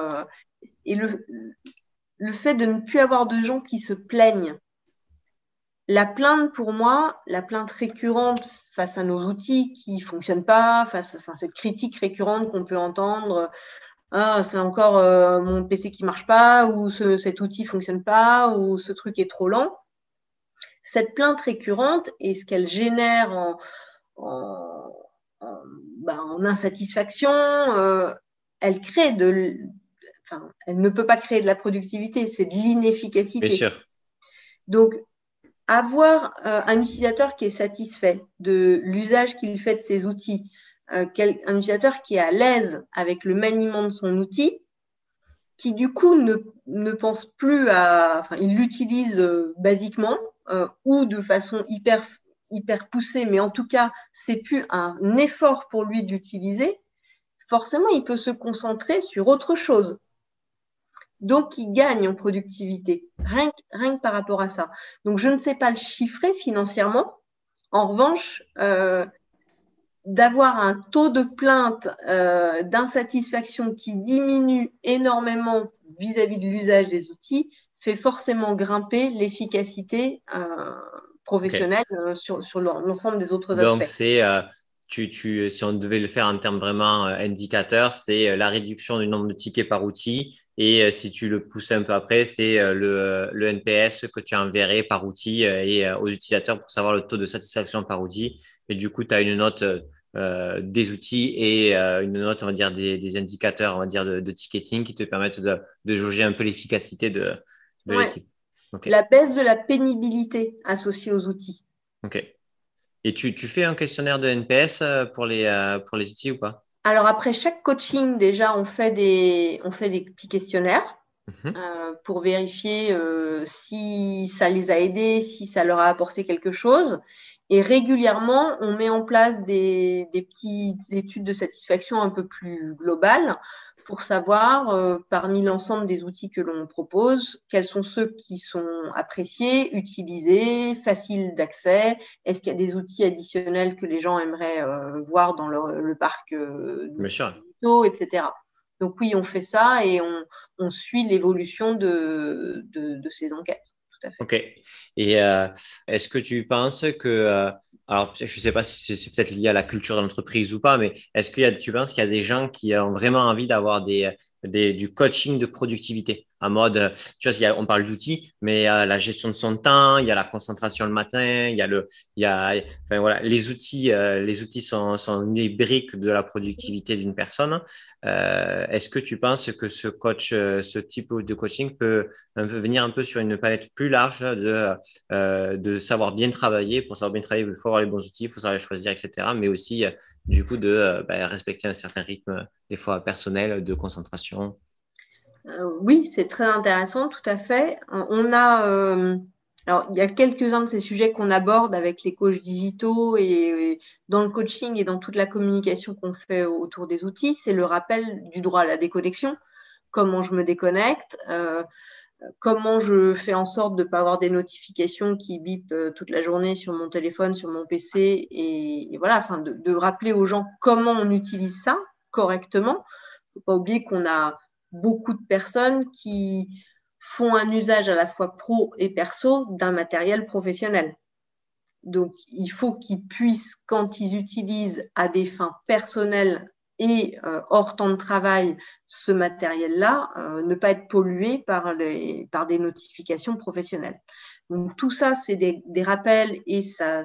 le fait de ne plus avoir de gens qui se plaignent. La plainte, pour moi, la plainte récurrente face à nos outils qui ne fonctionnent pas, cette critique récurrente qu'on peut entendre, ah, c'est encore mon PC qui ne marche pas, ou cet outil ne fonctionne pas, ou ce truc est trop lent. Cette plainte récurrente et ce qu'elle génère en insatisfaction, elle ne peut pas créer de la productivité, c'est de l'inefficacité. Bien sûr. Donc, avoir un utilisateur qui est satisfait de l'usage qu'il fait de ses outils, un utilisateur qui est à l'aise avec le maniement de son outil, qui du coup ne pense plus il l'utilise basiquement ou de façon hyper poussée, mais en tout cas, c'est plus un effort pour lui de l'utiliser, forcément, il peut se concentrer sur autre chose. Donc, il gagne en productivité, rien que par rapport à ça. Donc, je ne sais pas le chiffrer financièrement. En revanche, d'avoir un taux de plainte d'insatisfaction qui diminue énormément vis-à-vis de l'usage des outils fait forcément grimper l'efficacité professionnelle sur l'ensemble des autres Donc, aspects. c'est, si on devait le faire en termes vraiment indicateurs, c'est la réduction du nombre de tickets par outil. Et si tu le pousses un peu après, c'est le NPS que tu enverrais par outil et aux utilisateurs pour savoir le taux de satisfaction par outil. Et du coup, tu as une note des outils et une note, on va dire, des indicateurs, on va dire, de ticketing qui te permettent de jauger un peu l'efficacité de l'équipe. Okay. La baisse de la pénibilité associée aux outils. OK. Et tu fais un questionnaire de NPS pour les outils ou pas? Alors après chaque coaching, déjà, on fait des petits questionnaires Mhm. pour vérifier si ça les a aidés, si ça leur a apporté quelque chose. Et régulièrement, on met en place des petites études de satisfaction un peu plus globales pour savoir, parmi l'ensemble des outils que l'on propose, quels sont ceux qui sont appréciés, utilisés, faciles d'accès. Est-ce qu'il y a des outils additionnels que les gens aimeraient voir dans le parc Bien d'outils sûr. digitaux, etc. Donc oui, on fait ça et on suit l'évolution de ces enquêtes. Tout à fait. OK. Et est-ce que tu penses que, alors je ne sais pas si c'est peut-être lié à la culture de l'entreprise ou pas, mais est-ce tu penses qu'il y a des gens qui ont vraiment envie d'avoir du coaching de productivité en mode, tu vois, on parle d'outils, mais il y a la gestion de son temps, il y a la concentration le matin, enfin voilà, les outils sont les briques de la productivité d'une personne. Est-ce que tu penses que ce type de coaching peut un peu, venir un peu sur une palette plus large de savoir bien travailler. Pour savoir bien travailler, il faut avoir les bons outils, il faut savoir les choisir, etc. Mais aussi, du coup, respecter un certain rythme, des fois personnel, de concentration. Oui, c'est très intéressant, tout à fait. Alors, il y a quelques-uns de ces sujets qu'on aborde avec les coachs digitaux et dans le coaching et dans toute la communication qu'on fait autour des outils. C'est le rappel du droit à la déconnexion, comment je me déconnecte, comment je fais en sorte de ne pas avoir des notifications qui bipent toute la journée sur mon téléphone, sur mon PC, et voilà, enfin, de rappeler aux gens comment on utilise ça correctement. Il ne faut pas oublier qu'on a beaucoup de personnes qui font un usage à la fois pro et perso d'un matériel professionnel. Donc, il faut qu'ils puissent, quand ils utilisent à des fins personnelles et hors temps de travail ce matériel-là, ne pas être pollué par des notifications professionnelles. Donc, tout ça, c'est des rappels et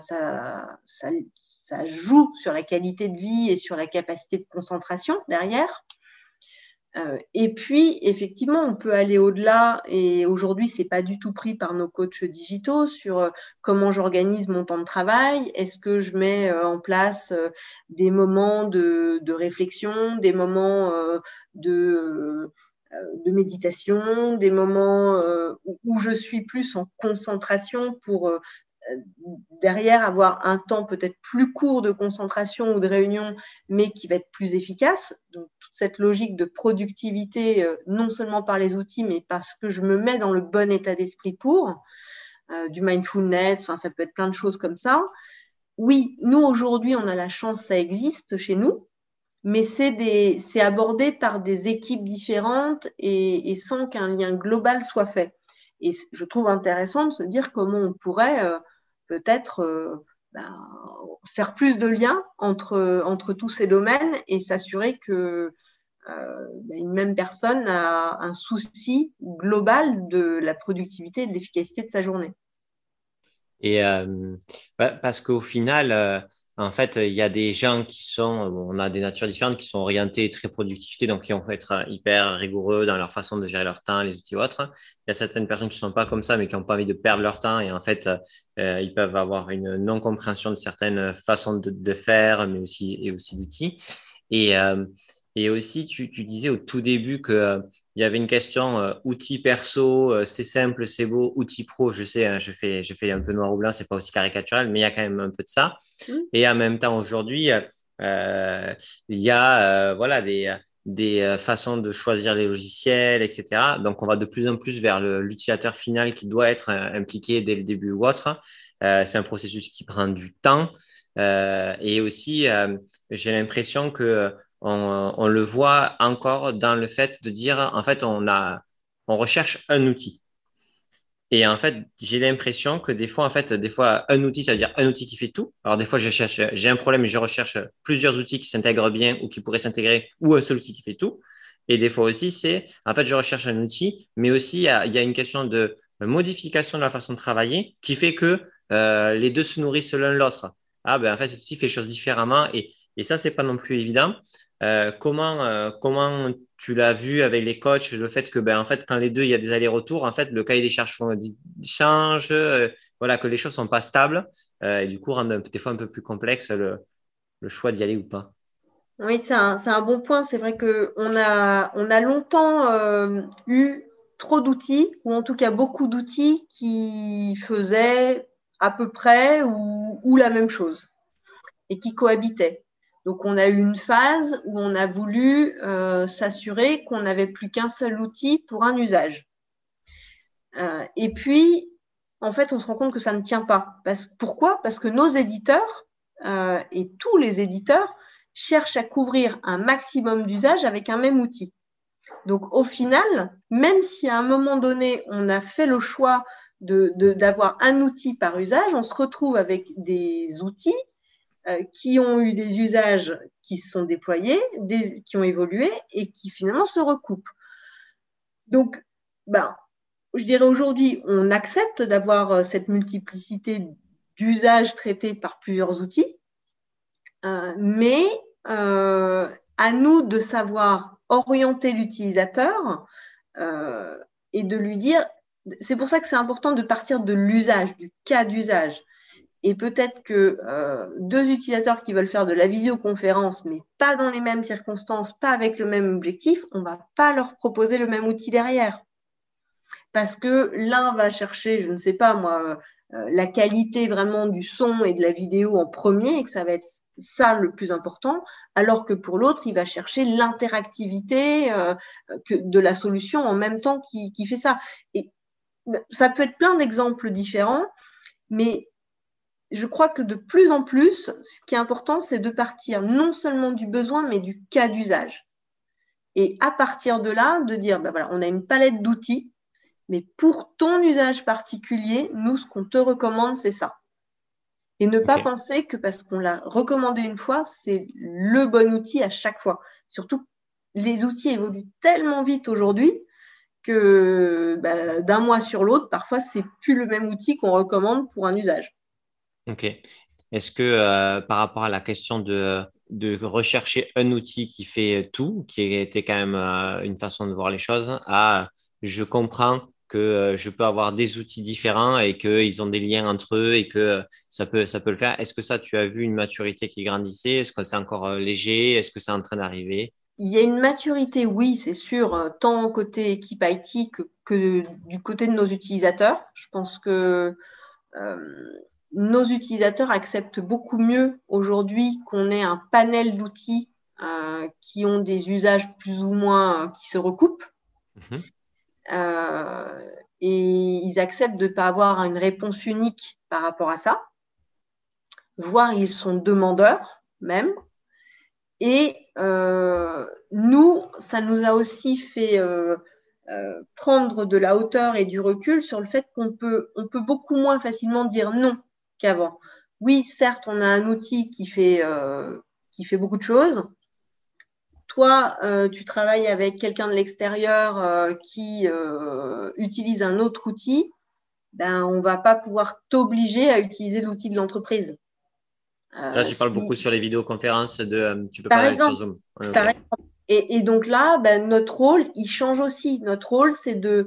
ça joue sur la qualité de vie et sur la capacité de concentration derrière. Et puis, effectivement, on peut aller au-delà. Et aujourd'hui, ce n'est pas du tout pris par nos coachs digitaux sur comment j'organise mon temps de travail. Est-ce que je mets en place des moments de réflexion, des moments de méditation, des moments où je suis plus en concentration pour derrière avoir un temps peut-être plus court de concentration ou de réunion, mais qui va être plus efficace. Donc, toute cette logique de productivité, non seulement par les outils, mais parce que je me mets dans le bon état d'esprit pour, du mindfulness, enfin, ça peut être plein de choses comme ça. Oui, nous, aujourd'hui, on a la chance, ça existe chez nous, mais c'est abordé par des équipes différentes et sans qu'un lien global soit fait. Et je trouve intéressant de se dire comment on pourrait peut-être ben, faire plus de liens entre tous ces domaines et s'assurer que une même personne a un souci global de la productivité et de l'efficacité de sa journée. Et parce qu'au final, en fait, il y a des gens qui sont, bon, on a des natures différentes qui sont orientées très productivité, donc qui vont être hyper rigoureux dans leur façon de gérer leur temps, les outils ou autres. Il y a certaines personnes qui ne sont pas comme ça, mais qui n'ont pas envie de perdre leur temps et en fait, ils peuvent avoir une non-compréhension de certaines façons de faire, mais aussi, et aussi d'outils. Et, et aussi, tu disais au tout début que, il y avait une question outils perso, c'est simple, c'est beau, outils pro, je sais, hein, je fais un peu noir ou blanc, c'est pas aussi caricatural, mais il y a quand même un peu de ça. Mm. Et en même temps, aujourd'hui, il y a voilà, des façons de choisir les logiciels, etc. Donc, on va de plus en plus vers l'utilisateur final qui doit être impliqué dès le début ou autre. C'est un processus qui prend du temps. Et aussi, j'ai l'impression que on le voit encore dans le fait de dire, en fait, on recherche un outil. Et en fait, j'ai l'impression que des fois, en fait, des fois, un outil, ça veut dire un outil qui fait tout. Alors, des fois, j'ai un problème et je recherche plusieurs outils qui s'intègrent bien ou qui pourraient s'intégrer ou un seul outil qui fait tout. Et des fois aussi, en fait, je recherche un outil, mais aussi, il y a une question de modification de la façon de travailler qui fait que les deux se nourrissent l'un l'autre. Ah, ben, en fait, cet outil fait les choses différemment et ça, c'est pas non plus évident. Comment tu l'as vu avec les coachs, le fait que, ben, en fait, quand les deux, il y a des allers-retours, en fait, le cahier des charges change, voilà, que les choses sont pas stables, et du coup, rendent des fois un peu plus complexe le choix d'y aller ou pas. Oui, c'est un bon point. C'est vrai qu'on on a longtemps eu trop d'outils, ou en tout cas beaucoup d'outils qui faisaient à peu près ou la même chose et qui cohabitaient. Donc, on a eu une phase où on a voulu s'assurer qu'on n'avait plus qu'un seul outil pour un usage. Et puis, en fait, on se rend compte que ça ne tient pas. Pourquoi? Parce que nos éditeurs et tous les éditeurs cherchent à couvrir un maximum d'usages avec un même outil. Donc, au final, même si à un moment donné, on a fait le choix d'avoir un outil par usage, on se retrouve avec des outils qui ont eu des usages qui se sont déployés, qui ont évolué et qui finalement se recoupent. Donc, ben, je dirais aujourd'hui, on accepte d'avoir cette multiplicité d'usages traités par plusieurs outils, mais à nous de savoir orienter l'utilisateur et de lui dire, c'est pour ça que c'est important de partir de l'usage, du cas d'usage. Et peut-être que deux utilisateurs qui veulent faire de la visioconférence, mais pas dans les mêmes circonstances, pas avec le même objectif, on ne va pas leur proposer le même outil derrière. Parce que l'un va chercher, je ne sais pas moi, la qualité vraiment du son et de la vidéo en premier, et que ça va être ça le plus important, alors que pour l'autre, il va chercher l'interactivité de la solution en même temps qui fait ça. Et ça peut être plein d'exemples différents, mais je crois que de plus en plus, ce qui est important, c'est de partir non seulement du besoin, mais du cas d'usage. Et à partir de là, de dire, ben voilà, on a une palette d'outils, mais pour ton usage particulier, nous, ce qu'on te recommande, c'est ça. Et ne pas penser que parce qu'on l'a recommandé une fois, c'est le bon outil à chaque fois. Surtout, les outils évoluent tellement vite aujourd'hui que d'un mois sur l'autre, parfois, c'est plus le même outil qu'on recommande pour un usage. Ok. Est-ce que par rapport à la question de rechercher un outil qui fait tout, qui était quand même une façon de voir les choses, à je comprends que je peux avoir des outils différents et qu'ils ont des liens entre eux et que ça peut le faire. Est-ce que ça, tu as vu une maturité qui grandissait? Est-ce que c'est encore léger? Est-ce que c'est en train d'arriver? Il y a une maturité, oui, c'est sûr, tant côté équipe IT que du côté de nos utilisateurs. Je pense que nos utilisateurs acceptent beaucoup mieux aujourd'hui qu'on ait un panel d'outils qui ont des usages plus ou moins qui se recoupent. Mhm. Et ils acceptent de ne pas avoir une réponse unique par rapport à ça, voire ils sont demandeurs même. Et nous, ça nous a aussi fait prendre de la hauteur et du recul sur le fait on peut beaucoup moins facilement dire non qu'avant. Oui, certes, on a un outil qui fait beaucoup de choses. Toi, tu travailles avec quelqu'un de l'extérieur qui utilise un autre outil, ben, on ne va pas pouvoir t'obliger à utiliser l'outil de l'entreprise. Ça, j'y parle beaucoup sur les vidéoconférences tu peux Par pas aller sur exemple, Zoom. par Ok. exemple. Et donc là, ben, notre rôle, il change aussi. Notre rôle, c'est de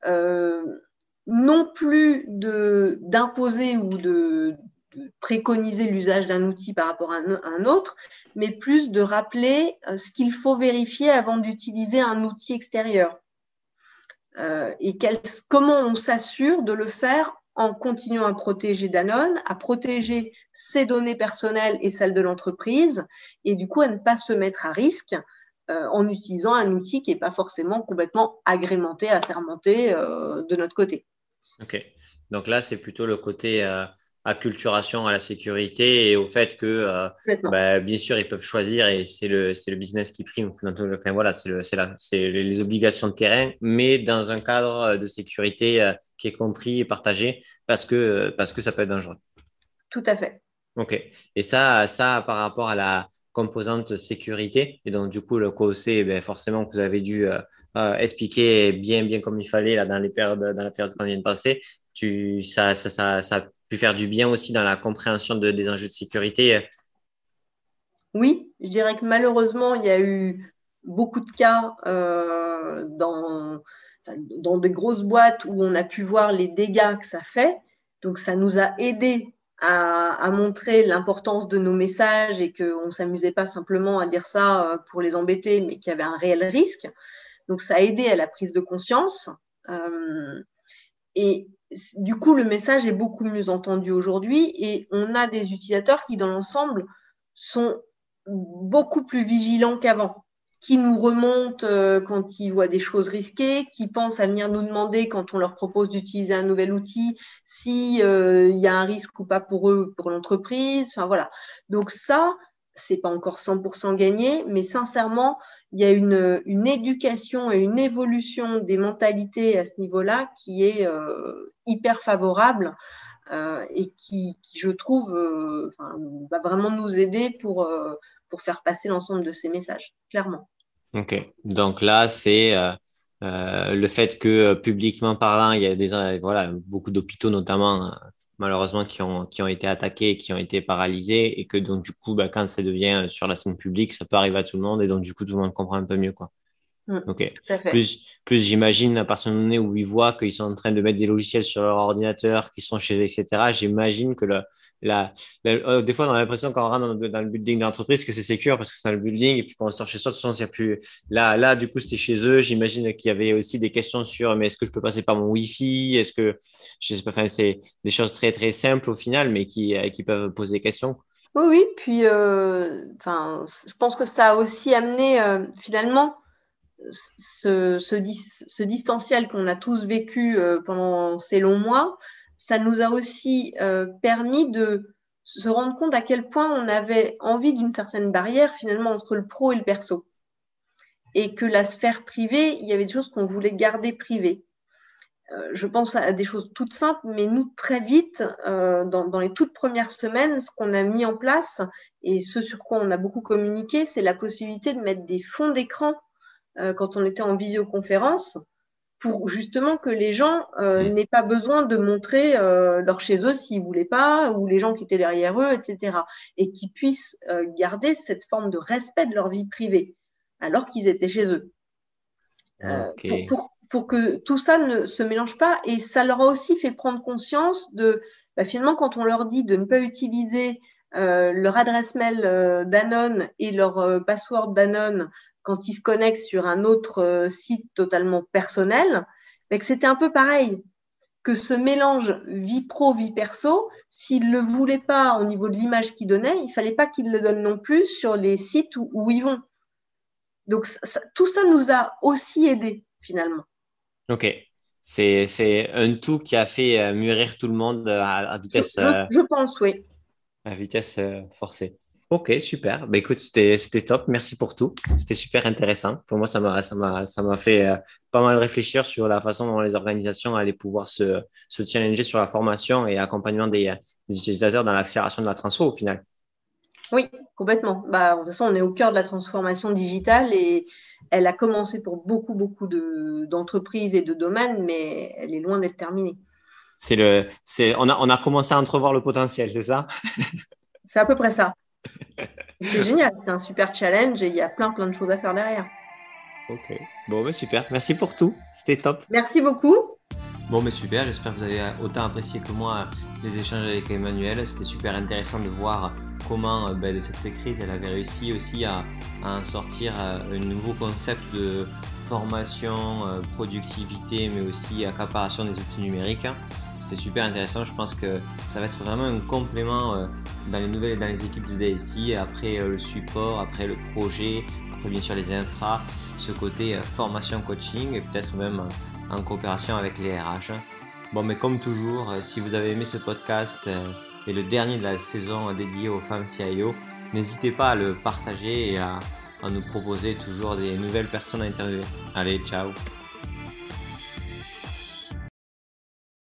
non plus d'imposer ou de préconiser l'usage d'un outil par rapport à un autre, mais plus de rappeler ce qu'il faut vérifier avant d'utiliser un outil extérieur. Et comment on s'assure de le faire en continuant à protéger Danone, à protéger ses données personnelles et celles de l'entreprise, et du coup à ne pas se mettre à risque en utilisant un outil qui n'est pas forcément complètement agrémenté, assermenté de notre côté. Ok. Donc là, c'est plutôt le côté acculturation à la sécurité et au fait que, bien sûr, ils peuvent choisir et c'est le business qui prime. Enfin, voilà, c'est les obligations de terrain, mais dans un cadre de sécurité qui est compris et partagé parce que ça peut être dangereux. Tout à fait. Ok. Et ça par rapport à la composante sécurité, et donc du coup, le QOC, ben, forcément, que vous avez dû expliquer bien comme il fallait là, dans la période qu'on vient de passer, ça a pu faire du bien aussi dans la compréhension des enjeux de sécurité. Oui, je dirais que malheureusement, il y a eu beaucoup de cas dans des grosses boîtes où on a pu voir les dégâts que ça fait. Donc, ça nous a aidés à montrer l'importance de nos messages et qu'on ne s'amusait pas simplement à dire ça pour les embêter, mais qu'il y avait un réel risque. Donc, ça a aidé à la prise de conscience. Et du coup, le message est beaucoup mieux entendu aujourd'hui et on a des utilisateurs qui, dans l'ensemble, sont beaucoup plus vigilants qu'avant, qui nous remontent quand ils voient des choses risquées, qui pensent à venir nous demander quand on leur propose d'utiliser un nouvel outil s'il y a un risque ou pas pour eux, pour l'entreprise. Enfin, voilà. Donc ça, c'est pas encore 100% gagné, mais sincèrement, il y a une éducation et une évolution des mentalités à ce niveau-là qui est hyper favorable et qui, je trouve, va vraiment nous aider pour faire passer l'ensemble de ces messages, clairement. Ok, donc là, c'est le fait que publiquement parlant, il y a voilà, beaucoup d'hôpitaux notamment, malheureusement, qui ont été attaqués et qui ont été paralysés et que donc du coup, quand ça devient sur la scène publique, ça peut arriver à tout le monde et donc du coup, tout le monde comprend un peu mieux, quoi. Ok. Tout à fait. Plus j'imagine, à partir du moment où ils voient qu'ils sont en train de mettre des logiciels sur leur ordinateur, qu'ils sont chez eux, etc., j'imagine que des fois, on a l'impression quand on rentre dans le building d'entreprise que c'est secure parce que c'est dans le building et puis quand on sort chez soi, de toute façon, il n'y a plus. Là, du coup, c'était chez eux. J'imagine qu'il y avait aussi des questions sur mais est-ce que je peux passer par mon Wi-Fi? Est-ce que, je sais pas, enfin, c'est des choses très, très simples au final, mais qui peuvent poser des questions. Oui, oui. Puis, je pense que ça a aussi amené finalement ce distanciel qu'on a tous vécu pendant ces longs mois, ça nous a aussi permis de se rendre compte à quel point on avait envie d'une certaine barrière finalement entre le pro et le perso. Et que la sphère privée, il y avait des choses qu'on voulait garder privées. Je pense à des choses toutes simples, mais nous, très vite, dans les toutes premières semaines, ce qu'on a mis en place et ce sur quoi on a beaucoup communiqué, c'est la possibilité de mettre des fonds d'écran quand on était en visioconférence, pour justement que les gens n'aient pas besoin de montrer leur chez eux s'ils ne voulaient pas, ou les gens qui étaient derrière eux, etc. Et qu'ils puissent garder cette forme de respect de leur vie privée, alors qu'ils étaient chez eux. Okay. Pour que tout ça ne se mélange pas. Et ça leur a aussi fait prendre conscience de, finalement, quand on leur dit de ne pas utiliser leur adresse mail Danone et leur password Danone quand ils se connectent sur un autre site totalement personnel, que c'était un peu pareil, que ce mélange vie pro, vie perso, s'ils ne le voulaient pas au niveau de l'image qu'ils donnaient, il ne fallait pas qu'ils le donnent non plus sur les sites où ils vont. Donc, tout ça nous a aussi aidés, finalement. Ok. C'est un tout qui a fait mûrir tout le monde à vitesse. Je pense, oui. À vitesse forcée. Ok, super. Bah, écoute, c'était top. Merci pour tout. C'était super intéressant. Pour moi, ça m'a fait pas mal réfléchir sur la façon dont les organisations allaient pouvoir se challenger sur la formation et accompagnement des utilisateurs dans l'accélération de la transfo au final. Oui, complètement. De toute façon, on est au cœur de la transformation digitale et elle a commencé pour beaucoup d'entreprises et de domaines, mais elle est loin d'être terminée. On a commencé à entrevoir le potentiel, c'est ça? C'est à peu près ça. C'est génial, c'est un super challenge et il y a plein de choses à faire derrière. Ok, bon, super. Merci pour tout. C'était top. Merci beaucoup. Bon, mais super, j'espère que vous avez autant apprécié que moi les échanges avec Emmanuelle. C'était super intéressant de voir comment de cette crise, elle avait réussi aussi à en sortir un nouveau concept de formation, productivité, mais aussi accaparation des outils numériques. C'était super intéressant. Je pense que ça va être vraiment un complément dans les nouvelles et dans les équipes de DSI, après le support, après le projet, après bien sûr les infras, ce côté formation, coaching et peut-être même en coopération avec les RH. Bon, mais comme toujours, si vous avez aimé ce podcast et le dernier de la saison dédié aux femmes CIO, n'hésitez pas à le partager et à nous proposer toujours des nouvelles personnes à interviewer. Allez, ciao!